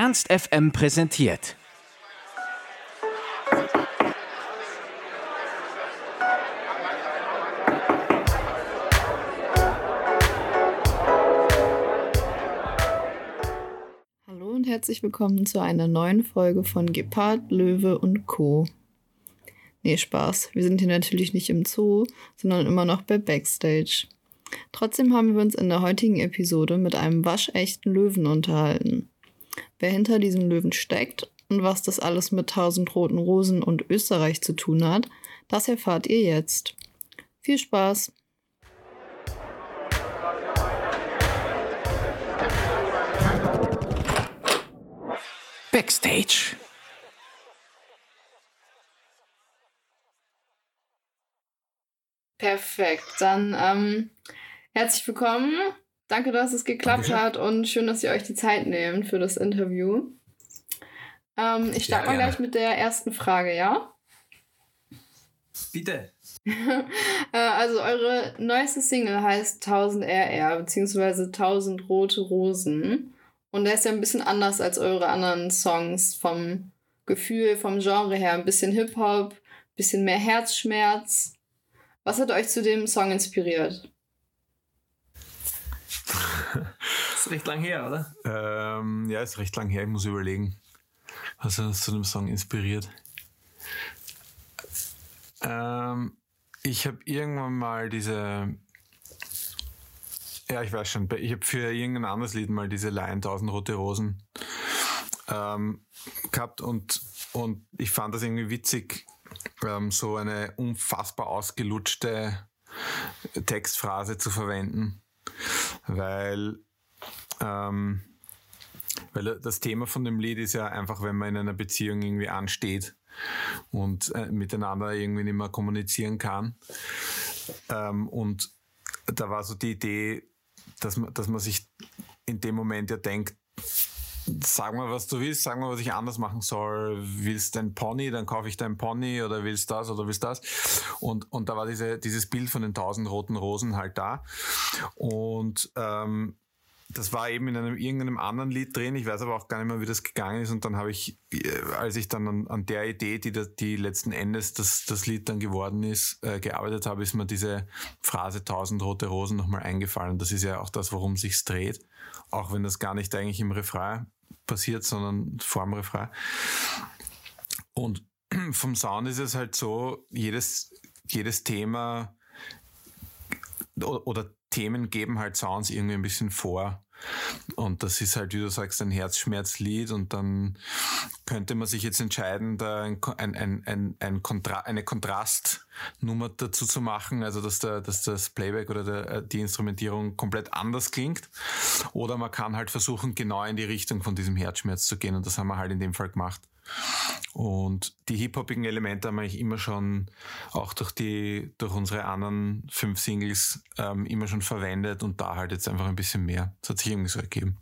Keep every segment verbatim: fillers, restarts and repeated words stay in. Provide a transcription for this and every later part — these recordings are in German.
Ernst F M präsentiert. Hallo und herzlich willkommen zu einer neuen Folge von Gepard, Löwe und Co. Nee, Spaß. Wir sind hier natürlich nicht im Zoo, sondern immer noch bei Backstage. Trotzdem haben wir uns in der heutigen Episode mit einem waschechten Löwen unterhalten. Wer hinter diesem Löwen steckt und was das alles mit tausend roten Rosen und Österreich zu tun hat, das erfahrt ihr jetzt. Viel Spaß! Backstage. Perfekt, dann ähm, herzlich willkommen. Danke, dass es geklappt Danke. hat und schön, dass ihr euch die Zeit nehmt für das Interview. Ähm, ich starte Ja, mal gerne. gleich mit der ersten Frage, ja? Bitte. äh, also eure neueste Single heißt tausend R R, beziehungsweise tausend rote Rosen. Und der ist ja ein bisschen anders als eure anderen Songs vom Gefühl, vom Genre her. Ein bisschen Hip-Hop, ein bisschen mehr Herzschmerz. Was hat euch zu dem Song inspiriert? Das ist recht lang her, oder? Ähm, ja, ist recht lang her, ich muss überlegen. Was hat uns zu dem Song inspiriert? Ähm, ich habe irgendwann mal diese... Ja, ich weiß schon, ich habe für irgendein anderes Lied mal diese Line tausend rote Rosen ähm, gehabt und, und ich fand das irgendwie witzig, ähm, so eine unfassbar ausgelutschte Textphrase zu verwenden, weil, ähm, weil das Thema von dem Lied ist ja einfach, wenn man in einer Beziehung irgendwie ansteht und äh, miteinander irgendwie nicht mehr kommunizieren kann. Ähm, und da war so die Idee, dass man, dass man sich in dem Moment ja denkt, sag mal, was du willst, sag mal, was ich anders machen soll. Willst du ein Pony, dann kaufe ich dein Pony, oder willst das oder willst das. Und, und da war diese, dieses Bild von den tausend roten Rosen halt da. Und ähm, das war eben in einem irgendeinem anderen Lied drin. Ich weiß aber auch gar nicht mehr, wie das gegangen ist. Und dann habe ich, als ich dann an, an der Idee, die, da, die letzten Endes das, das Lied dann geworden ist, äh, gearbeitet habe, ist mir diese Phrase tausend rote Rosen nochmal eingefallen. Das ist ja auch das, worum sich's dreht. Auch wenn das gar nicht eigentlich im Refrain passiert, sondern vor dem Refrain. Und vom Sound ist es halt so, jedes, jedes Thema oder, oder Themen geben halt Sounds irgendwie ein bisschen vor. Und das ist halt, wie du sagst, ein Herzschmerzlied, und dann könnte man sich jetzt entscheiden, da ein, ein, ein, ein, ein Kontra- eine Kontrastnummer dazu zu machen, also dass, der, dass das Playback oder der, die Instrumentierung komplett anders klingt. Oder man kann halt versuchen, genau in die Richtung von diesem Herzschmerz zu gehen, und das haben wir halt in dem Fall gemacht. Und die hip-hopigen Elemente haben wir eigentlich immer schon, auch durch die, durch unsere anderen fünf Singles, ähm, immer schon verwendet, und da halt jetzt einfach ein bisschen mehr. Das hat sich irgendwie so ergeben.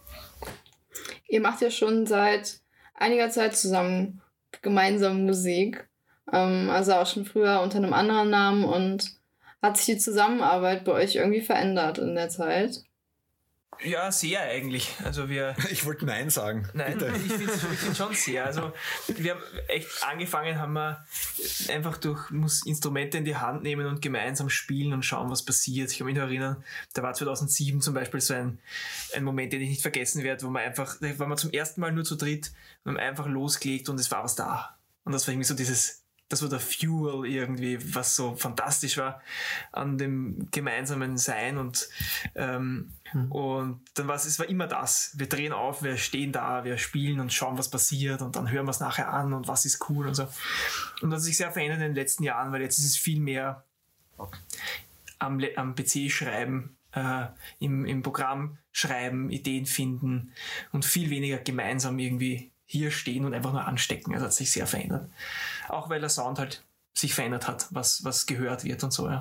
Ihr macht ja schon seit einiger Zeit zusammen gemeinsam Musik. Ähm, also auch schon früher unter einem anderen Namen. Und hat sich die Zusammenarbeit bei euch irgendwie verändert in der Zeit? Ja, sehr eigentlich. Also wir... Ich wollte Nein sagen. Nein, Bitte. ich finde ich find schon sehr. Also wir haben echt angefangen, haben wir einfach durch muss Instrumente in die Hand nehmen und gemeinsam spielen und schauen, was passiert. Ich kann mich noch erinnern, da war zweitausendsieben zum Beispiel so ein, ein Moment, den ich nicht vergessen werde, wo man einfach, da waren wir zum ersten Mal nur zu dritt und haben einfach losgelegt und es war was da. Und das war irgendwie so dieses, das war der Fuel irgendwie, was so fantastisch war an dem gemeinsamen Sein, und ähm, mhm. und dann war es, es war immer das. Wir drehen auf, wir stehen da, wir spielen und schauen, was passiert, und dann hören wir es nachher an und was ist cool und so. Und das hat sich sehr verändert in den letzten Jahren, weil jetzt ist es viel mehr am, am P C schreiben, äh, im, im Programm schreiben, Ideen finden und viel weniger gemeinsam irgendwie hier stehen und einfach nur anstecken. Das hat sich sehr verändert. Auch weil der Sound halt sich verändert hat, was, was gehört wird und so, ja.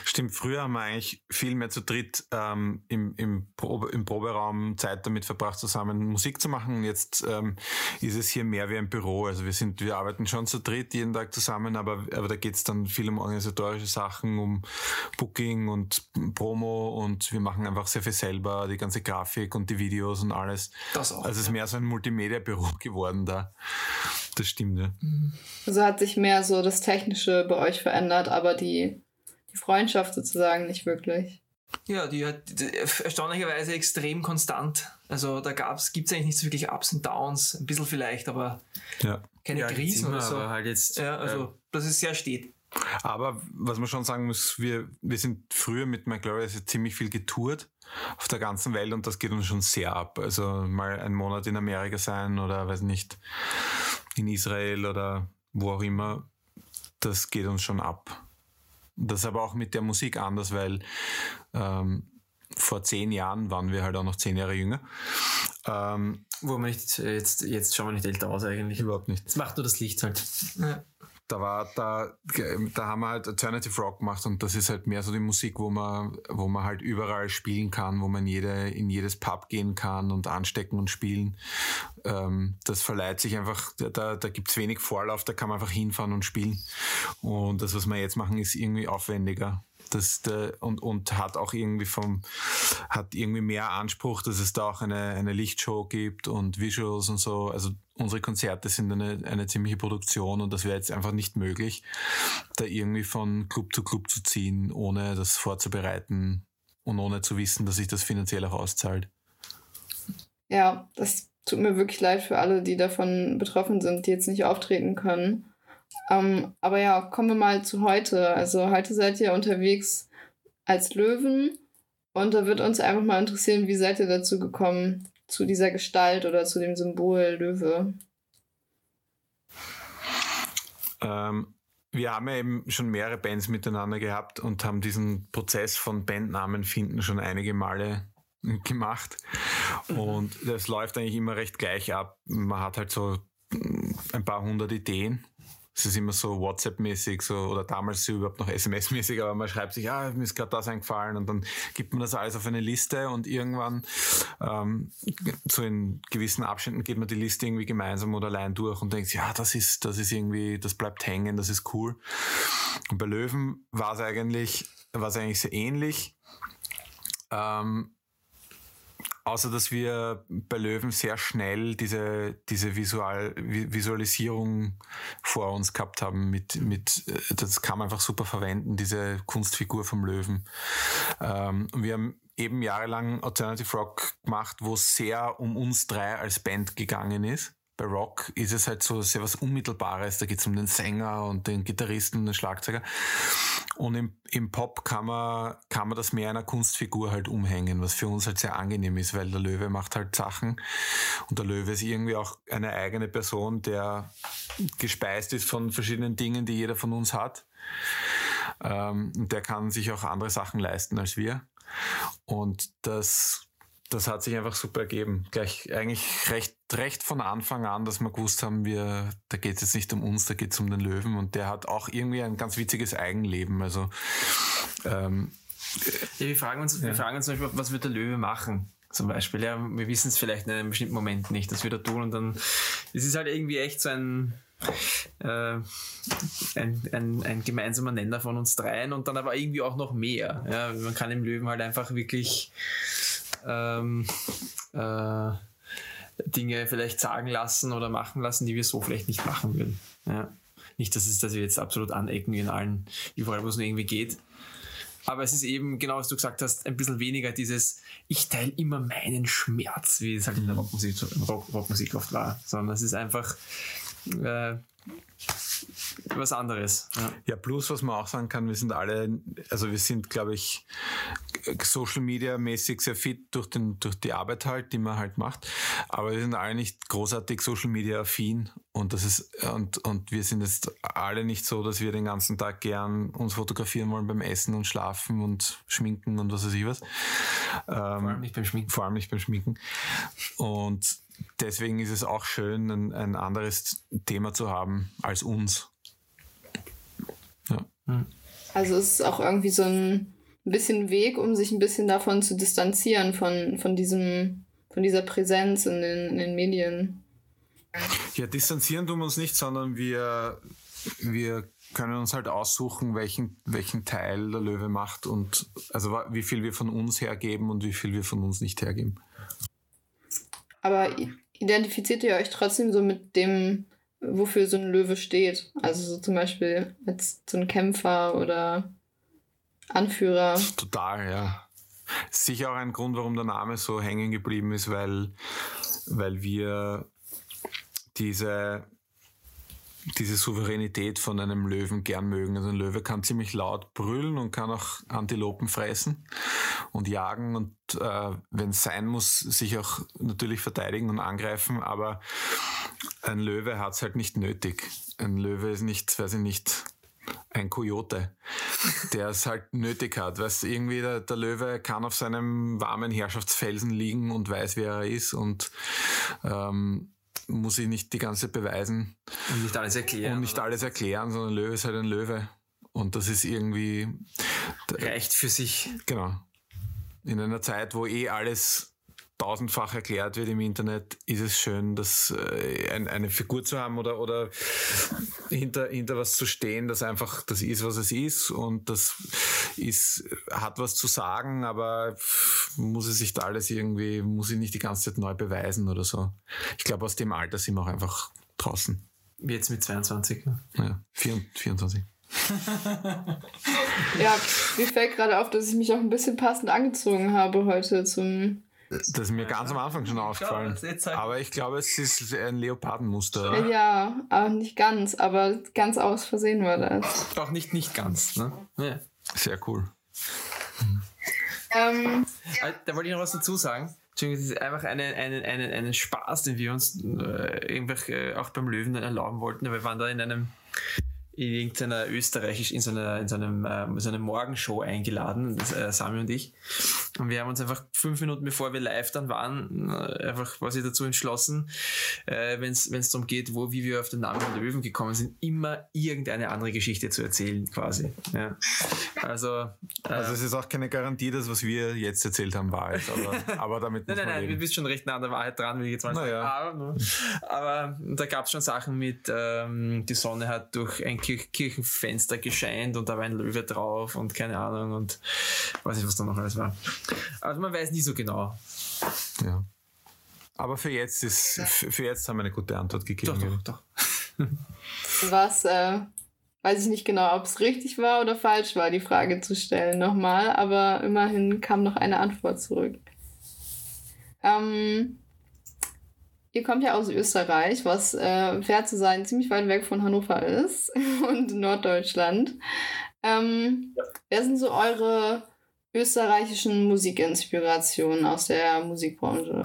Stimmt, früher haben wir eigentlich viel mehr zu dritt ähm, im, im, Probe, im Proberaum Zeit damit verbracht, zusammen Musik zu machen. Jetzt ähm, ist es hier mehr wie ein Büro. Also wir sind, wir arbeiten schon zu dritt jeden Tag zusammen, aber, aber da geht es dann viel um organisatorische Sachen, um Booking und Promo und wir machen einfach sehr viel selber, die ganze Grafik und die Videos und alles. Das auch. Also es ist mehr so ein Multimedia-Büro geworden da. Das stimmt, ja. Also hat sich mehr so das Technische bei euch verändert, aber die, die Freundschaft sozusagen nicht wirklich. Ja, die hat die, erstaunlicherweise extrem konstant. Also da gab's, gibt's eigentlich nicht so wirklich Ups und Downs, ein bisschen vielleicht, aber Ja. keine Ja, Krisen immer, oder so. aber halt jetzt. Ja, also das ist sehr steht. Aber was man schon sagen muss, wir, wir sind früher mit McGlorious ziemlich viel getourt auf der ganzen Welt und das geht uns schon sehr ab. Also mal einen Monat in Amerika sein oder weiß nicht, in Israel oder wo auch immer, das geht uns schon ab. Das ist aber auch mit der Musik anders, weil ähm, vor zehn Jahren waren wir halt auch noch zehn Jahre jünger. Ähm, Wo man nicht, jetzt, jetzt schauen wir nicht älter aus eigentlich. überhaupt nicht. Das macht nur das Licht halt. Ja. Da war, da, da haben wir halt Alternative Rock gemacht und das ist halt mehr so die Musik, wo man, wo man halt überall spielen kann, wo man in jede, in jedes Pub gehen kann und anstecken und spielen. Ähm, das verleiht sich einfach, da, da gibt's wenig Vorlauf, da kann man einfach hinfahren und spielen. Und das, was wir jetzt machen, ist irgendwie aufwendiger. Das, der, und, und hat auch irgendwie vom, hat irgendwie mehr Anspruch, dass es da auch eine, eine Lichtshow gibt und Visuals und so. Also unsere Konzerte sind eine, eine ziemliche Produktion und das wäre jetzt einfach nicht möglich, da irgendwie von Club zu Club zu ziehen, ohne das vorzubereiten und ohne zu wissen, dass sich das finanziell auch auszahlt. Ja, das tut mir wirklich leid für alle, die davon betroffen sind, die jetzt nicht auftreten können. Um, aber ja, kommen wir mal zu heute. Also heute seid ihr unterwegs als Löwen und da wird uns einfach mal interessieren, wie seid ihr dazu gekommen, zu dieser Gestalt oder zu dem Symbol Löwe? Ähm, wir haben ja eben schon mehrere Bands miteinander gehabt und haben diesen Prozess von Bandnamen finden schon einige Male gemacht und das läuft eigentlich immer recht gleich ab. Man hat halt so ein paar hundert Ideen. Es ist immer so WhatsApp-mäßig so, oder damals so überhaupt noch S M S-mäßig, aber man schreibt sich, ah, mir ist gerade das eingefallen und dann gibt man das alles auf eine Liste und irgendwann ähm, so in gewissen Abständen geht man die Liste irgendwie gemeinsam oder allein durch und denkt, ja, das ist, das ist irgendwie, das bleibt hängen, das ist cool. Und bei Löwen war es eigentlich, war es eigentlich sehr ähnlich. Ähm, Außer, dass wir bei Löwen sehr schnell diese, diese Visual, Visualisierung vor uns gehabt haben. Mit, mit, das kann man einfach super verwenden, diese Kunstfigur vom Löwen. Ähm, und wir haben eben jahrelang Alternative Rock gemacht, wo es sehr um uns drei als Band gegangen ist. Bei Rock ist es halt so sehr was Unmittelbares. Da geht es um den Sänger und den Gitarristen und den Schlagzeuger. Und im, im Pop kann man, kann man das mehr einer Kunstfigur halt umhängen, was für uns halt sehr angenehm ist, weil der Löwe macht halt Sachen. Und der Löwe ist irgendwie auch eine eigene Person, der gespeist ist von verschiedenen Dingen, die jeder von uns hat. Ähm, und der kann sich auch andere Sachen leisten als wir. Und das... Das hat sich einfach super ergeben. Gleich eigentlich recht, recht von Anfang an, dass wir gewusst haben, wir, da geht es jetzt nicht um uns, da geht es um den Löwen und der hat auch irgendwie ein ganz witziges Eigenleben. Also ähm, ja, wir fragen uns, ja. wir fragen uns zum Beispiel, was wird der Löwe machen? Zum Beispiel, ja, wir wissen es vielleicht in einem bestimmten Moment nicht, das wird er tun und dann, es ist halt irgendwie echt so ein, äh, ein, ein, ein gemeinsamer Nenner von uns dreien und dann aber irgendwie auch noch mehr. Ja, man kann dem Löwen halt einfach wirklich Ähm, äh, Dinge vielleicht sagen lassen oder machen lassen, die wir so vielleicht nicht machen würden. Ja. Nicht, dass, es, dass wir jetzt absolut anecken in allen, überall, wo es nur irgendwie geht. Aber es ist eben, genau was du gesagt hast, ein bisschen weniger dieses, ich teile immer meinen Schmerz, wie es halt in der Rockmusik, Rock, Rockmusik oft war, sondern es ist einfach äh, was anderes. Ja. Ja, plus was man auch sagen kann, wir sind alle, also wir sind, glaube ich, Social Media mäßig sehr fit durch den, durch die Arbeit halt, die man halt macht. Aber wir sind alle nicht großartig Social Media affin und das ist, und, und wir sind jetzt alle nicht so, dass wir den ganzen Tag gern uns fotografieren wollen beim Essen und Schlafen und Schminken und was weiß ich was. Vor allem nicht beim Schminken. Vor allem nicht beim Schminken. Und deswegen ist es auch schön, ein, ein anderes Thema zu haben als uns. Ja. Hm. Also es ist auch irgendwie so ein bisschen Weg, um sich ein bisschen davon zu distanzieren, von, von diesem, von dieser Präsenz in den, in den Medien. Ja, distanzieren tun wir uns nicht, sondern wir, wir können uns halt aussuchen, welchen, welchen Teil der Löwe macht und also wie viel wir von uns hergeben und wie viel wir von uns nicht hergeben. Aber identifiziert ihr euch trotzdem so mit dem, wofür so ein Löwe steht? Also so zum Beispiel als so ein Kämpfer oder Anführer? Total, ja. Sicher auch ein Grund, warum der Name so hängen geblieben ist, weil, weil wir diese, diese Souveränität von einem Löwen gern mögen. Also ein Löwe kann ziemlich laut brüllen und kann auch Antilopen fressen und jagen und äh, wenn es sein muss, sich auch natürlich verteidigen und angreifen, aber ein Löwe hat es halt nicht nötig. Ein Löwe ist nicht, weiß ich nicht, ein Kojote, der es halt nötig hat. Weißt, irgendwie der, der Löwe kann auf seinem warmen Herrschaftsfelsen liegen und weiß, wer er ist und ähm, muss sich nicht die ganze Zeit beweisen. Und nicht alles erklären. Und nicht oder? alles erklären, sondern ein Löwe ist halt ein Löwe. Und das ist irgendwie... reicht für sich. Genau. In einer Zeit, wo eh alles tausendfach erklärt wird im Internet, ist es schön, dass äh, ein, eine Figur zu haben oder, oder hinter, hinter was zu stehen, das einfach das ist, was es ist und das ist, hat was zu sagen, aber muss es sich da alles irgendwie, muss ich nicht die ganze Zeit neu beweisen oder so. Ich glaube, aus dem Alter sind wir auch einfach draußen. Wie jetzt mit zweiundzwanzig. Ne? Ja, vierundzwanzig. Ja, mir fällt gerade auf, dass ich mich auch ein bisschen passend angezogen habe heute zum... Das ist mir ganz am Anfang schon aufgefallen. Aber ich glaube, es ist ein Leopardenmuster. Oder? Ja, aber nicht ganz. Aber ganz aus Versehen war das. Auch nicht nicht ganz. Ne? Ja. Sehr cool. Ähm, Da wollte ich noch was dazu sagen. Entschuldigung, das ist einfach einen, einen, einen, einen Spaß, den wir uns äh, einfach äh, auch beim Löwen dann erlauben wollten. Wir waren da in einem in irgendeiner österreichisch, in so einer, in so einem, äh, so einer Morgenshow eingeladen, das, äh, Sami und ich. Und wir haben uns einfach fünf Minuten bevor wir live dann waren, äh, einfach quasi dazu entschlossen, äh, wenn es darum geht, wo, wie wir auf den Namen der Löwen gekommen sind, immer irgendeine andere Geschichte zu erzählen, quasi. Ja. Also, äh, also es ist auch keine Garantie, dass was wir jetzt erzählt haben, wahr ist, aber, aber damit muss Nein, nein, man nein, leben. du bist schon recht nah an der Wahrheit dran, will ich jetzt mal sagen. Ja. Aber, aber da gab es schon Sachen mit, ähm, die Sonne hat durch ein Kirch- Kirchenfenster gescheint und da war ein Löwe drauf und keine Ahnung und weiß nicht, was da noch alles war. Also man weiß nie so genau. Ja. Aber für jetzt ist, für jetzt haben wir eine gute Antwort gegeben. Doch, doch, doch. was, äh, weiß ich nicht genau, ob es richtig war oder falsch war, die Frage zu stellen nochmal, aber immerhin kam noch eine Antwort zurück. Ähm, ihr kommt ja aus Österreich, was, äh, fair zu sein, ziemlich weit weg von Hannover ist und Norddeutschland. Ähm, ja. Wer sind so eure österreichischen Musikinspirationen aus der Musikbranche?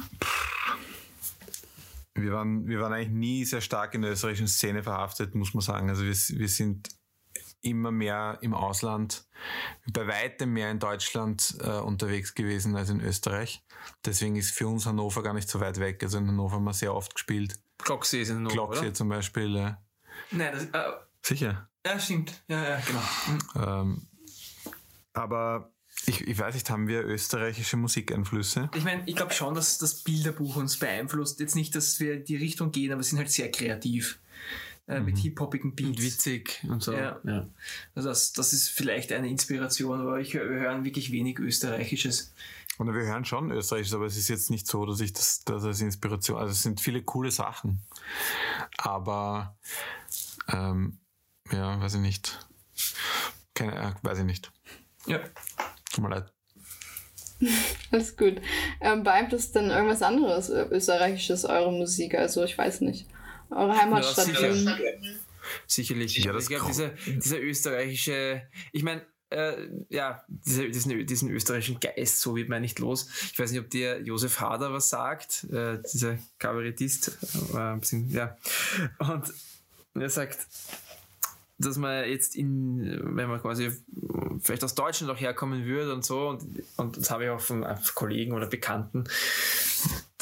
Wir waren, wir waren eigentlich nie sehr stark in der österreichischen Szene verhaftet, muss man sagen. Also wir, wir sind immer mehr im Ausland, bei weitem mehr in Deutschland äh, unterwegs gewesen als in Österreich. Deswegen ist für uns Hannover gar nicht so weit weg. Also in Hannover haben wir sehr oft gespielt. Glocksee ist in Hannover, Glocksee oder? zum Beispiel. Äh. Nein, das, äh, Sicher. Ja, stimmt. Ja, ja, genau. Ähm, aber ich, ich weiß nicht, haben wir österreichische Musikeinflüsse? Ich meine, ich glaube schon, dass das Bilderbuch uns beeinflusst. Jetzt nicht, dass wir in die Richtung gehen, aber wir sind halt sehr kreativ. Äh, mhm. Mit hip-hoppigen Beats. Und witzig und so. Ja. Ja. Also das, das ist vielleicht eine Inspiration, aber ich höre, wir hören wirklich wenig Österreichisches. Und wir hören schon Österreichisches, aber es ist jetzt nicht so, dass ich das, das als Inspiration, also es sind viele coole Sachen. Aber ähm, ja, weiß ich nicht. Keine, äh, weiß ich nicht. Ja. Tut mir leid. Alles gut. Ähm, beeinflusst denn irgendwas anderes Österreichisches eure Musik? Also ich weiß nicht. Eure Heimatstadt. Ja, sicher. Sicherlich. Ja, ich glaube, dieser, dieser österreichische, ich meine, äh, ja, dieser, diesen, diesen österreichischen Geist, so wird man nicht los. Ich weiß nicht, ob dir Josef Hader was sagt, äh, dieser Kabarettist. Äh, ein bisschen, ja. Und er sagt, dass man jetzt in, wenn man quasi vielleicht aus Deutschland auch herkommen würde und so, und, und das habe ich auch von Kollegen oder Bekannten,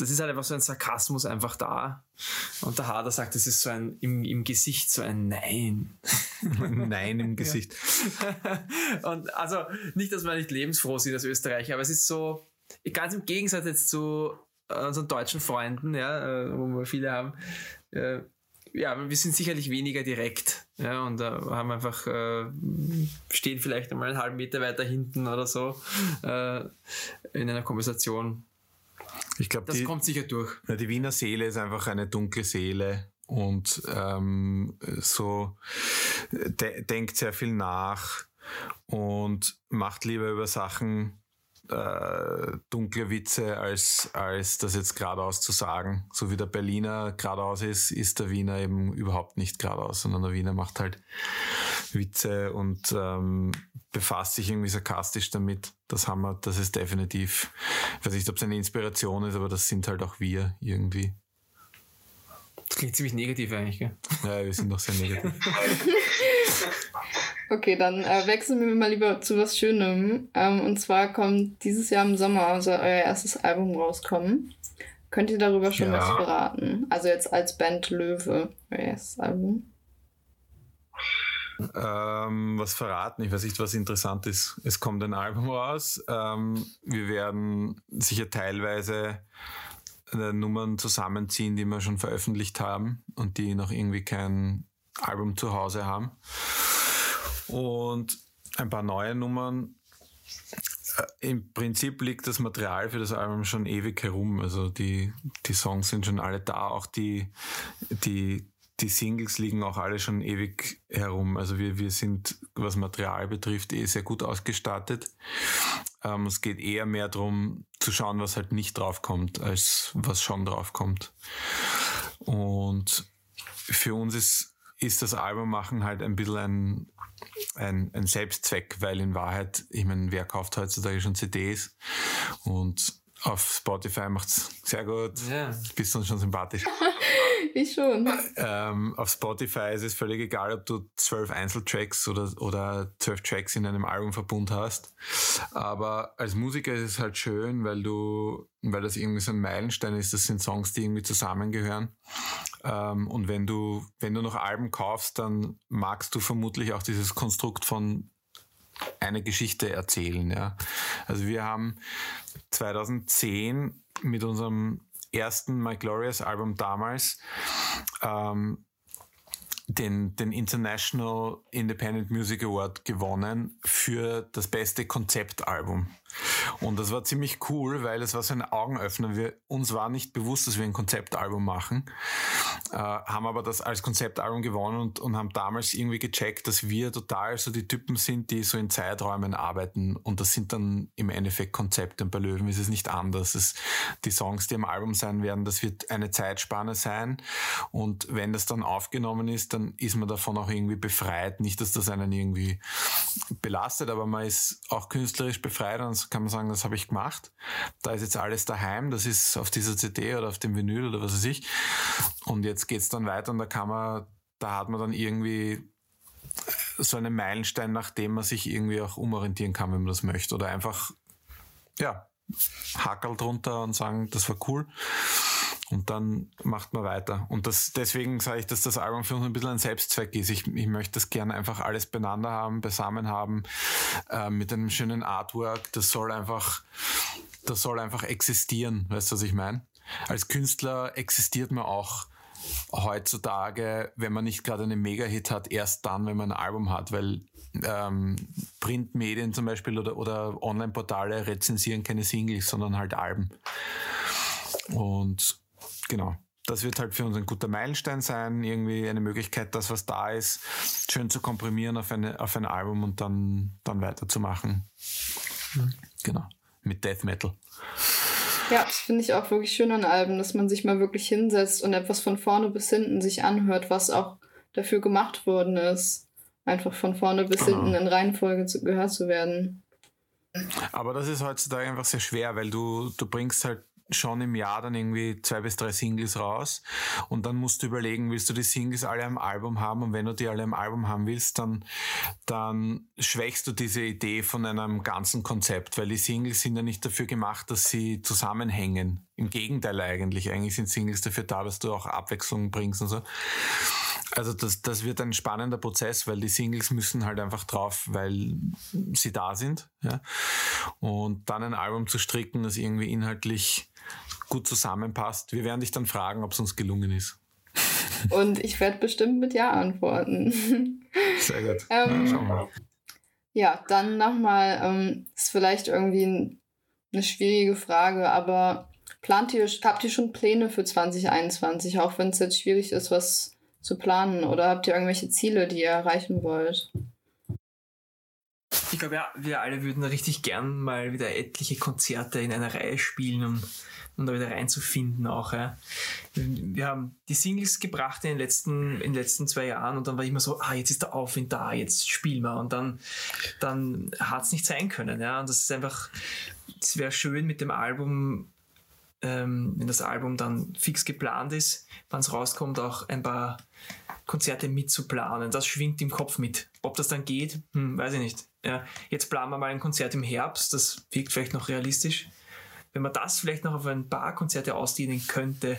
das ist halt einfach so ein Sarkasmus einfach da. Und der Harder sagt, das ist so ein im, im Gesicht so ein Nein. Nein im Gesicht. Und also nicht, dass wir nicht lebensfroh sind als Österreicher, aber es ist so, ganz im Gegensatz jetzt zu unseren deutschen Freunden, ja, wo wir viele haben, äh, ja, wir sind sicherlich weniger direkt, ja, und äh, haben einfach, äh, stehen vielleicht einmal einen halben Meter weiter hinten oder so äh, in einer Konversation. Ich glaube, das die, kommt sicher durch. Ja, die Wiener Seele ist einfach eine dunkle Seele und ähm, so de- denkt sehr viel nach und macht lieber über Sachen äh, dunkle Witze, als, als das jetzt geradeaus zu sagen. So wie der Berliner geradeaus ist, ist der Wiener eben überhaupt nicht geradeaus, sondern der Wiener macht halt Witze und ähm, befasst sich irgendwie sarkastisch damit. Das haben wir, das ist definitiv, ich weiß nicht, ob es eine Inspiration ist, aber das sind halt auch wir irgendwie. Das klingt ziemlich negativ eigentlich, gell? Ja, wir sind doch sehr negativ. Okay, dann äh, wechseln wir mal lieber zu was Schönem. Ähm, und zwar kommt dieses Jahr im Sommer soll euer erstes Album rauskommen. Könnt ihr darüber schon Ja. was verraten? Also jetzt als Band Löwe, euer erstes Album. Ähm, was verraten, ich weiß nicht, was interessant ist. Es kommt ein Album raus. Ähm, wir werden sicher teilweise äh, Nummern zusammenziehen, die wir schon veröffentlicht haben und die noch irgendwie kein Album zu Hause haben. Und ein paar neue Nummern. Äh, Im Prinzip liegt das Material für das Album schon ewig herum. Also die, die Songs sind schon alle da, auch die, die Die Singles liegen auch alle schon ewig herum. Also wir, wir sind, was Material betrifft, eh sehr gut ausgestattet. Ähm, es geht eher mehr darum, zu schauen, was halt nicht draufkommt, als was schon draufkommt. Und für uns ist, ist das Album machen halt ein bisschen ein, ein, ein Selbstzweck, weil in Wahrheit, ich meine, wer kauft heutzutage schon C Ds? Und auf Spotify macht's sehr gut. Ja. Bist uns schon sympathisch. Ich schon. Ähm, auf Spotify ist es völlig egal, ob du zwölf Einzeltracks oder, oder zwölf Tracks in einem Albumverbund hast. Aber als Musiker ist es halt schön, weil du, weil das irgendwie so ein Meilenstein ist. Das sind Songs, die irgendwie zusammengehören. Ähm, und wenn du, wenn du noch Alben kaufst, dann magst du vermutlich auch dieses Konstrukt von eine Geschichte erzählen, ja. Also wir haben zweitausendzehn mit unserem ersten My Glorious Album damals ähm, den, den International Independent Music Award gewonnen für das beste Konzeptalbum. Und das war ziemlich cool, weil es war so ein Augenöffner. Wir, uns war nicht bewusst, dass wir ein Konzeptalbum machen, äh, haben aber das als Konzeptalbum gewonnen und, und haben damals irgendwie gecheckt, dass wir total so die Typen sind, die so in Zeiträumen arbeiten. Und das sind dann im Endeffekt Konzepte. Und bei Löwen ist es nicht anders. Es, die Songs, die am Album sein werden, das wird eine Zeitspanne sein. Und wenn das dann aufgenommen ist, dann ist man davon auch irgendwie befreit. Nicht, dass das einen irgendwie belastet, aber man ist auch künstlerisch befreit und kann man sagen, das habe ich gemacht. Da ist jetzt alles daheim, das ist auf dieser C D oder auf dem Vinyl oder was weiß ich. Und jetzt geht's dann weiter und da kann man, da hat man dann irgendwie so einen Meilenstein, nach dem man sich irgendwie auch umorientieren kann, wenn man das möchte. Oder einfach, ja, Hackerl drunter und sagen, das war cool. Und dann macht man weiter. Und das, deswegen sage ich, dass das Album für uns ein bisschen ein Selbstzweck ist. Ich, ich möchte das gerne einfach alles beieinander haben, beisammen haben, äh, mit einem schönen Artwork. Das soll einfach, das soll einfach existieren. Weißt du, was ich meine? Als Künstler existiert man auch heutzutage, wenn man nicht gerade einen Mega-Hit hat, erst dann, wenn man ein Album hat, weil ähm, Printmedien zum Beispiel oder, oder Online-Portale rezensieren keine Singles, sondern halt Alben. Und genau, das wird halt für uns ein guter Meilenstein sein, irgendwie eine Möglichkeit, das, was da ist, schön zu komprimieren auf, eine, auf ein Album und dann, dann weiterzumachen. Mhm. Genau, mit Death Metal. Ja, das finde ich auch wirklich schön an Alben, dass man sich mal wirklich hinsetzt und etwas von vorne bis hinten sich anhört, was auch dafür gemacht worden ist, einfach von vorne bis Genau. hinten in Reihenfolge zu, gehört zu werden. Aber das ist heutzutage einfach sehr schwer, weil du, du bringst halt schon im Jahr dann irgendwie zwei bis drei Singles raus und dann musst du überlegen, willst du die Singles alle am Album haben, und wenn du die alle am Album haben willst, dann, dann schwächst du diese Idee von einem ganzen Konzept, weil die Singles sind ja nicht dafür gemacht, dass sie zusammenhängen. Im Gegenteil eigentlich. Eigentlich sind Singles dafür da, dass du auch Abwechslung bringst und so. Also das, das wird ein spannender Prozess, weil die Singles müssen halt einfach drauf, weil sie da sind. Ja? Und dann ein Album zu stricken, das irgendwie inhaltlich gut zusammenpasst. Wir werden dich dann fragen, ob es uns gelungen ist. Und ich werde bestimmt mit Ja antworten. Sehr gut. ähm, ja, schauen wir mal. Ja, dann nochmal, ähm, ist vielleicht irgendwie ein, eine schwierige Frage, aber plant ihr, habt ihr schon Pläne für zwanzig einundzwanzig, auch wenn es jetzt schwierig ist, was zu planen, oder habt ihr irgendwelche Ziele, die ihr erreichen wollt? Ich glaube, ja, wir alle würden richtig gern mal wieder etliche Konzerte in einer Reihe spielen, um, um da wieder reinzufinden auch. Ja. Wir haben die Singles gebracht in den letzten, in den letzten zwei Jahren und dann war immer so, ah, jetzt ist der Aufwind da, jetzt spielen wir, und dann, dann hat es nicht sein können. Ja. Und das ist einfach, es wäre schön mit dem Album, ähm, wenn das Album dann fix geplant ist, wenn es rauskommt, auch ein paar Konzerte mitzuplanen. Das schwingt im Kopf mit. Ob das dann geht, hm, weiß ich nicht. Ja, jetzt planen wir mal ein Konzert im Herbst, das wirkt vielleicht noch realistisch. Wenn man das vielleicht noch auf ein paar Konzerte ausdehnen könnte,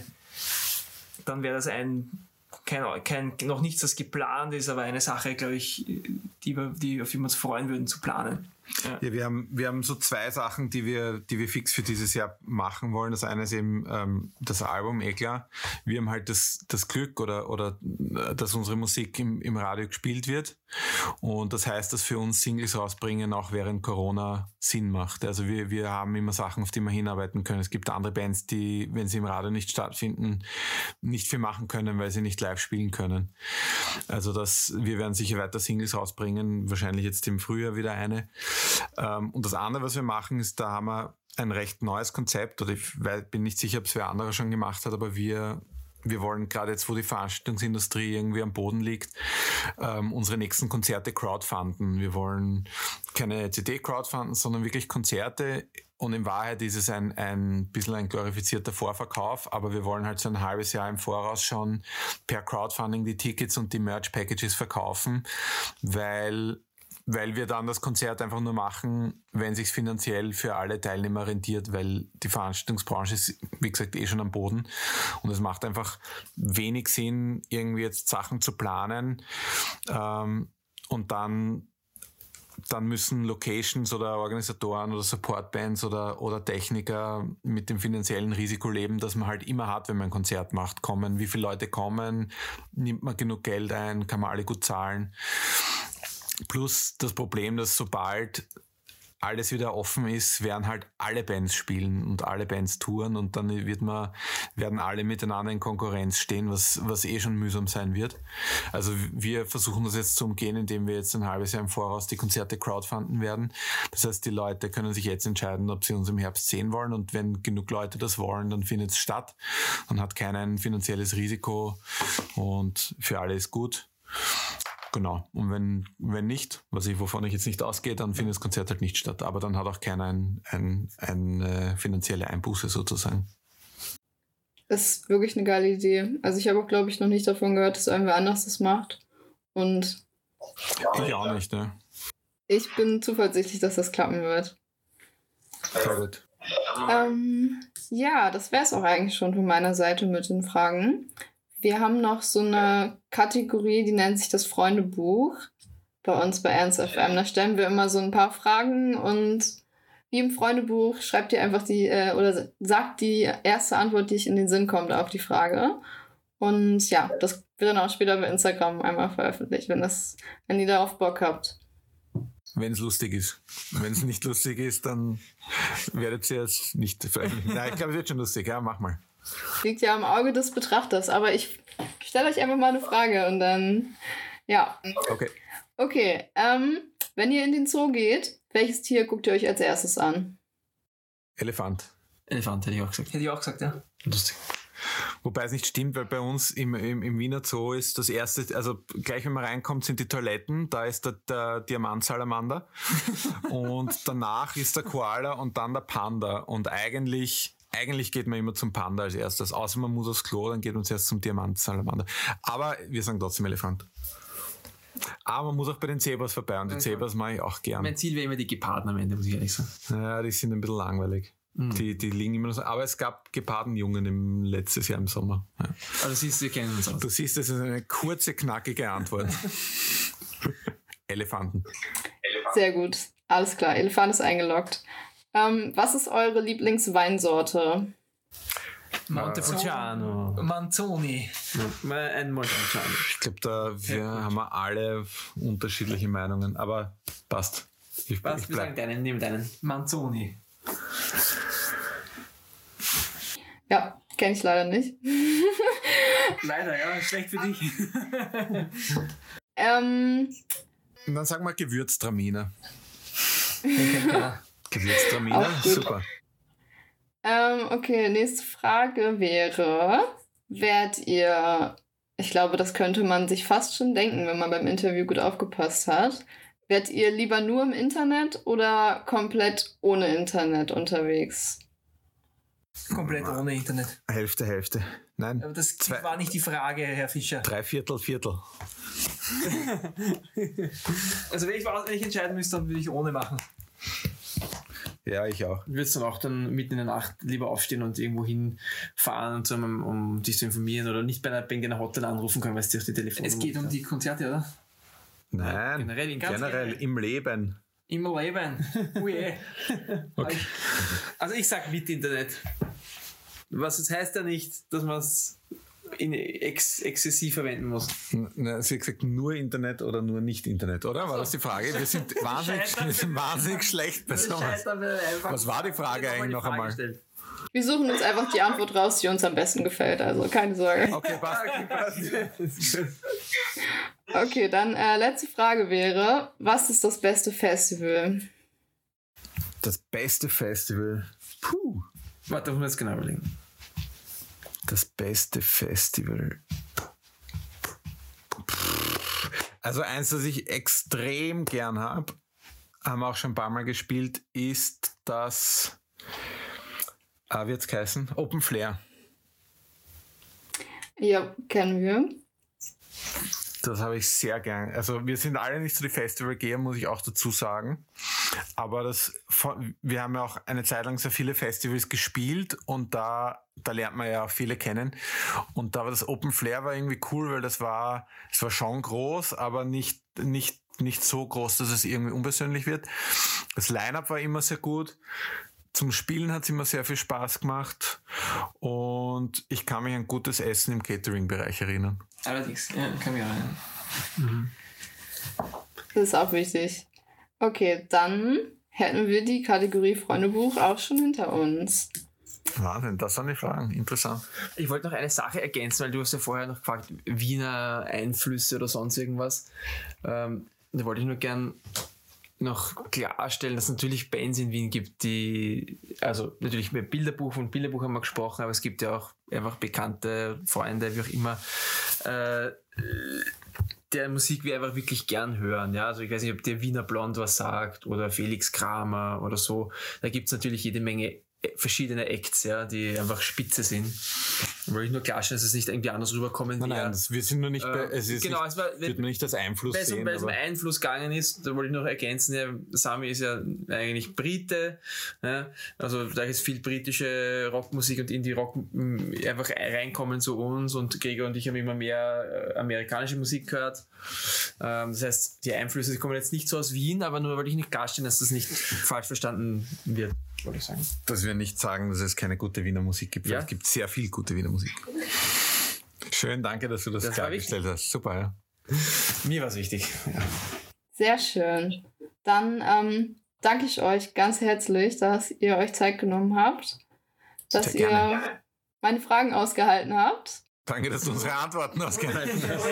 dann wäre das ein, kein, kein, noch nichts, das geplant ist, aber eine Sache, glaube ich, die, die, auf die wir uns freuen würden zu planen. Ja. Ja, wir haben, wir haben so zwei Sachen, die wir, die wir fix für dieses Jahr machen wollen. Das eine ist eben ähm, das Album, eh klar. Wir haben halt das, das Glück oder, oder dass unsere Musik im, im Radio gespielt wird. Und das heißt, dass für uns Singles rausbringen auch während Corona Sinn macht. Also wir, wir haben immer Sachen, auf die wir hinarbeiten können. Es gibt andere Bands, die, wenn sie im Radio nicht stattfinden, nicht viel machen können, weil sie nicht live spielen können. Also das, wir werden sicher weiter Singles rausbringen, wahrscheinlich jetzt im Frühjahr wieder eine. Und das andere, was wir machen, ist, da haben wir ein recht neues Konzept, oder ich bin nicht sicher, ob es wer anderer schon gemacht hat, aber wir, wir wollen gerade jetzt, wo die Veranstaltungsindustrie irgendwie am Boden liegt, ähm, unsere nächsten Konzerte crowdfunden. Wir wollen keine C D crowdfunden, sondern wirklich Konzerte, und in Wahrheit ist es ein, ein bisschen ein glorifizierter Vorverkauf, aber wir wollen halt so ein halbes Jahr im Voraus schon per Crowdfunding die Tickets und die Merch-Packages verkaufen, weil weil wir dann das Konzert einfach nur machen, wenn sich's finanziell für alle Teilnehmer rentiert, weil die Veranstaltungsbranche ist, wie gesagt, eh schon am Boden, und es macht einfach wenig Sinn, irgendwie jetzt Sachen zu planen, ähm, und dann dann müssen Locations oder Organisatoren oder Supportbands oder, oder Techniker mit dem finanziellen Risiko leben, dass man halt immer hat, wenn man ein Konzert macht. Kommen, wie viele Leute kommen, nimmt man genug Geld ein, kann man alle gut zahlen. Plus das Problem, dass sobald alles wieder offen ist, werden halt alle Bands spielen und alle Bands touren, und dann wird man, werden alle miteinander in Konkurrenz stehen, was, was eh schon mühsam sein wird. Also wir versuchen das jetzt zu umgehen, indem wir jetzt ein halbes Jahr im Voraus die Konzerte crowdfunden werden. Das heißt, die Leute können sich jetzt entscheiden, ob sie uns im Herbst sehen wollen, und wenn genug Leute das wollen, dann findet es statt. Dann hat keiner ein finanzielles Risiko und für alle ist gut. Genau. Und wenn, wenn nicht, was ich, wovon ich jetzt nicht ausgehe, dann findet das Konzert halt nicht statt. Aber dann hat auch keiner ein, ein, eine finanzielle Einbuße sozusagen. Das ist wirklich eine geile Idee. Also ich habe auch, glaube ich, noch nicht davon gehört, dass irgendwer anders das macht. Und ich auch nicht, ne? Ich bin zuversichtlich, dass das klappen wird. Sehr gut. Ähm, ja, das wäre es auch eigentlich schon von meiner Seite mit den Fragen. Wir haben noch so eine Kategorie, die nennt sich das Freundebuch bei uns bei Ernst F M. Da stellen wir immer so ein paar Fragen, und wie im Freundebuch schreibt ihr einfach die, äh, oder sagt die erste Antwort, die euch in den Sinn kommt auf die Frage. Und ja, das wird dann auch später bei Instagram einmal veröffentlicht, wenn, das, wenn ihr darauf Bock habt. Wenn es lustig ist. Wenn es nicht lustig ist, dann werdet ihr es nicht veröffentlichen. Nein, ich glaube, es wird schon lustig. Ja, mach mal. Liegt ja am Auge des Betrachters, aber ich stelle euch einfach mal eine Frage und dann, ja. Okay. Okay, ähm, wenn ihr in den Zoo geht, welches Tier guckt ihr euch als erstes an? Elefant. Elefant, hätte ich auch gesagt. Hätte ich auch gesagt, ja. Lustig. Wobei es nicht stimmt, weil bei uns im, im, im Wiener Zoo ist das erste, also gleich wenn man reinkommt, sind die Toiletten, da ist der, der Diamantsalamander und danach ist der Koala und dann der Panda, und eigentlich eigentlich geht man immer zum Panda als erstes. Außer man muss aufs Klo, dann geht man zuerst zum Diamantsalamander. Aber wir sagen trotzdem Elefant. Aber man muss auch bei den Zebras vorbei und die okay. Zebras mache ich auch gern. Mein Ziel wäre immer die Geparden am Ende, muss ich ehrlich sagen. Ja, die sind ein bisschen langweilig. Mhm. Die, die liegen immer noch so. Aber es gab Gepardenjungen im letztes Jahr im Sommer. Ja. Also siehst du, wir kennen uns aus. Du siehst, das ist eine kurze, knackige Antwort. Elefanten. Sehr gut. Alles klar, Elefant ist eingeloggt. Ähm, was ist eure Lieblingsweinsorte? Montepulciano. Manzoni. Ein Montepulciano. Ich glaube, da wir haben wir alle unterschiedliche Meinungen, aber passt. Ich, Was? ich Wir sagen deinen, nimm deinen. Manzoni. Ja, kenne ich leider nicht. Leider, ja, schlecht für dich. ähm, Und dann sagen wir Gewürztraminer. Ja. Gewürztraminer, super. Ähm, okay, nächste Frage wäre, wärt ihr, ich glaube, das könnte man sich fast schon denken, wenn man beim Interview gut aufgepasst hat, wärt ihr lieber nur im Internet oder komplett ohne Internet unterwegs? Komplett ohne Internet. Hälfte, Hälfte. Nein. Aber das Zwei, war nicht die Frage, Herr Fischer. Drei Viertel, Viertel. Also wenn ich, wenn ich entscheiden müsste, dann würde ich ohne machen. Ja, ich auch. Würdest du dann auch dann mitten in der Nacht lieber aufstehen und irgendwo hinfahren, und so, um, um dich zu informieren oder nicht bei einer, bei einer Hotline anrufen können, weil es dir auf die Telefonnummer Es geht um die Konzerte, oder? Nein, generell, in generell, generell im Leben. Im Leben. Ui. Okay. Also ich sag mit Internet. Was das heißt ja nicht, dass man es ex exzessiv verwenden muss. Na, sie hat gesagt, nur Internet oder nur nicht Internet, oder? War das die Frage? Wir sind wahnsinnig, wir sind wahnsinnig schlecht bei sowas. Was war die Frage eigentlich noch einmal? Gestellt. Wir suchen uns einfach die Antwort raus, die uns am besten gefällt, also keine Sorge. Okay, passt. Okay, dann äh, letzte Frage wäre, was ist das beste Festival? Das beste Festival. Puh. Warte, muss man jetzt genau überlegen. Das beste Festival. Also eins, das ich extrem gern habe, haben wir auch schon ein paar Mal gespielt, ist das, äh, wie hat's geheißen? Open Flair. Ja, kennen wir. Das habe ich sehr gern. Also wir sind alle nicht so die Festivalgeher, muss ich auch dazu sagen. Aber das, wir haben ja auch eine Zeit lang sehr viele Festivals gespielt und da, da lernt man ja auch viele kennen. Und da war das Open Flair war irgendwie cool, weil das war, es war schon groß, aber nicht, nicht, nicht so groß, dass es irgendwie unpersönlich wird. Das Line-Up war immer sehr gut. Zum Spielen hat es immer sehr viel Spaß gemacht und ich kann mich an gutes Essen im Catering-Bereich erinnern. Allerdings, ja, kann mich erinnern. Mhm. Das ist auch wichtig. Okay, dann hätten wir die Kategorie Freundebuch auch schon hinter uns. Wahnsinn, das waren die Fragen. Interessant. Ich wollte noch eine Sache ergänzen, weil du hast ja vorher noch gefragt, Wiener Einflüsse oder sonst irgendwas. Ähm, da wollte ich nur gern noch klarstellen, dass es natürlich Bands in Wien gibt, die, also natürlich mit Bilderbuch, von Bilderbuch haben wir gesprochen, aber es gibt ja auch einfach bekannte Freunde, wie auch immer, äh, der Musik wir einfach wirklich gern hören. Ja? Also ich weiß nicht, ob der Wiener Blond was sagt oder Felix Kramer oder so. Da gibt es natürlich jede Menge verschiedene Acts, ja, die einfach spitze sind. Da wollte ich nur klarstellen, dass es nicht irgendwie anders rüberkommen Nein, nein, das, wir sind nur nicht, bei, es ist genau, nicht, es war, wird man nicht als Einfluss weil sehen. Weil es um Einfluss gegangen ist, da wollte ich noch ergänzen, ja, Sami ist ja eigentlich Brite, ja, also da ist viel britische Rockmusik und Indie-Rock einfach reinkommen zu uns und Gregor und ich haben immer mehr amerikanische Musik gehört. Ähm, das heißt, die Einflüsse die kommen jetzt nicht so aus Wien, aber nur wollte ich nicht klarstellen, dass das nicht falsch verstanden wird, wollte ich sagen. Dass wir nicht sagen, dass es keine gute Wiener Musik gibt, weil ja? Es gibt sehr viel gute Wiener Musik. Schön, danke, dass du das, das klargestellt hast. Super, ja. Mir war es wichtig. Ja. Sehr schön. Dann ähm, danke ich euch ganz herzlich, dass ihr euch Zeit genommen habt, dass sehr gerne. ihr meine Fragen ausgehalten habt. Danke, dass du unsere Antworten ausgehalten hast.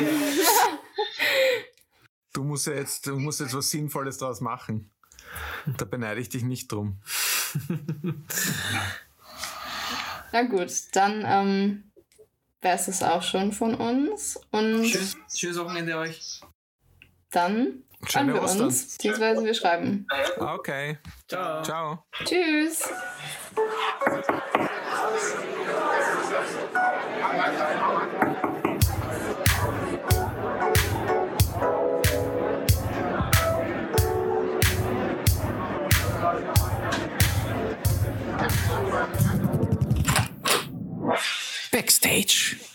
Du musst ja jetzt, du musst jetzt was Sinnvolles daraus machen. Da beneide ich dich nicht drum. Na gut, dann ähm, wäre es das auch schon von uns. Und Schön, schönes Wochenende euch. Dann Hören Schöne wir Ostern. uns, beziehungsweise wir schreiben. Okay. Ciao. Ciao. Tschüss. Backstage.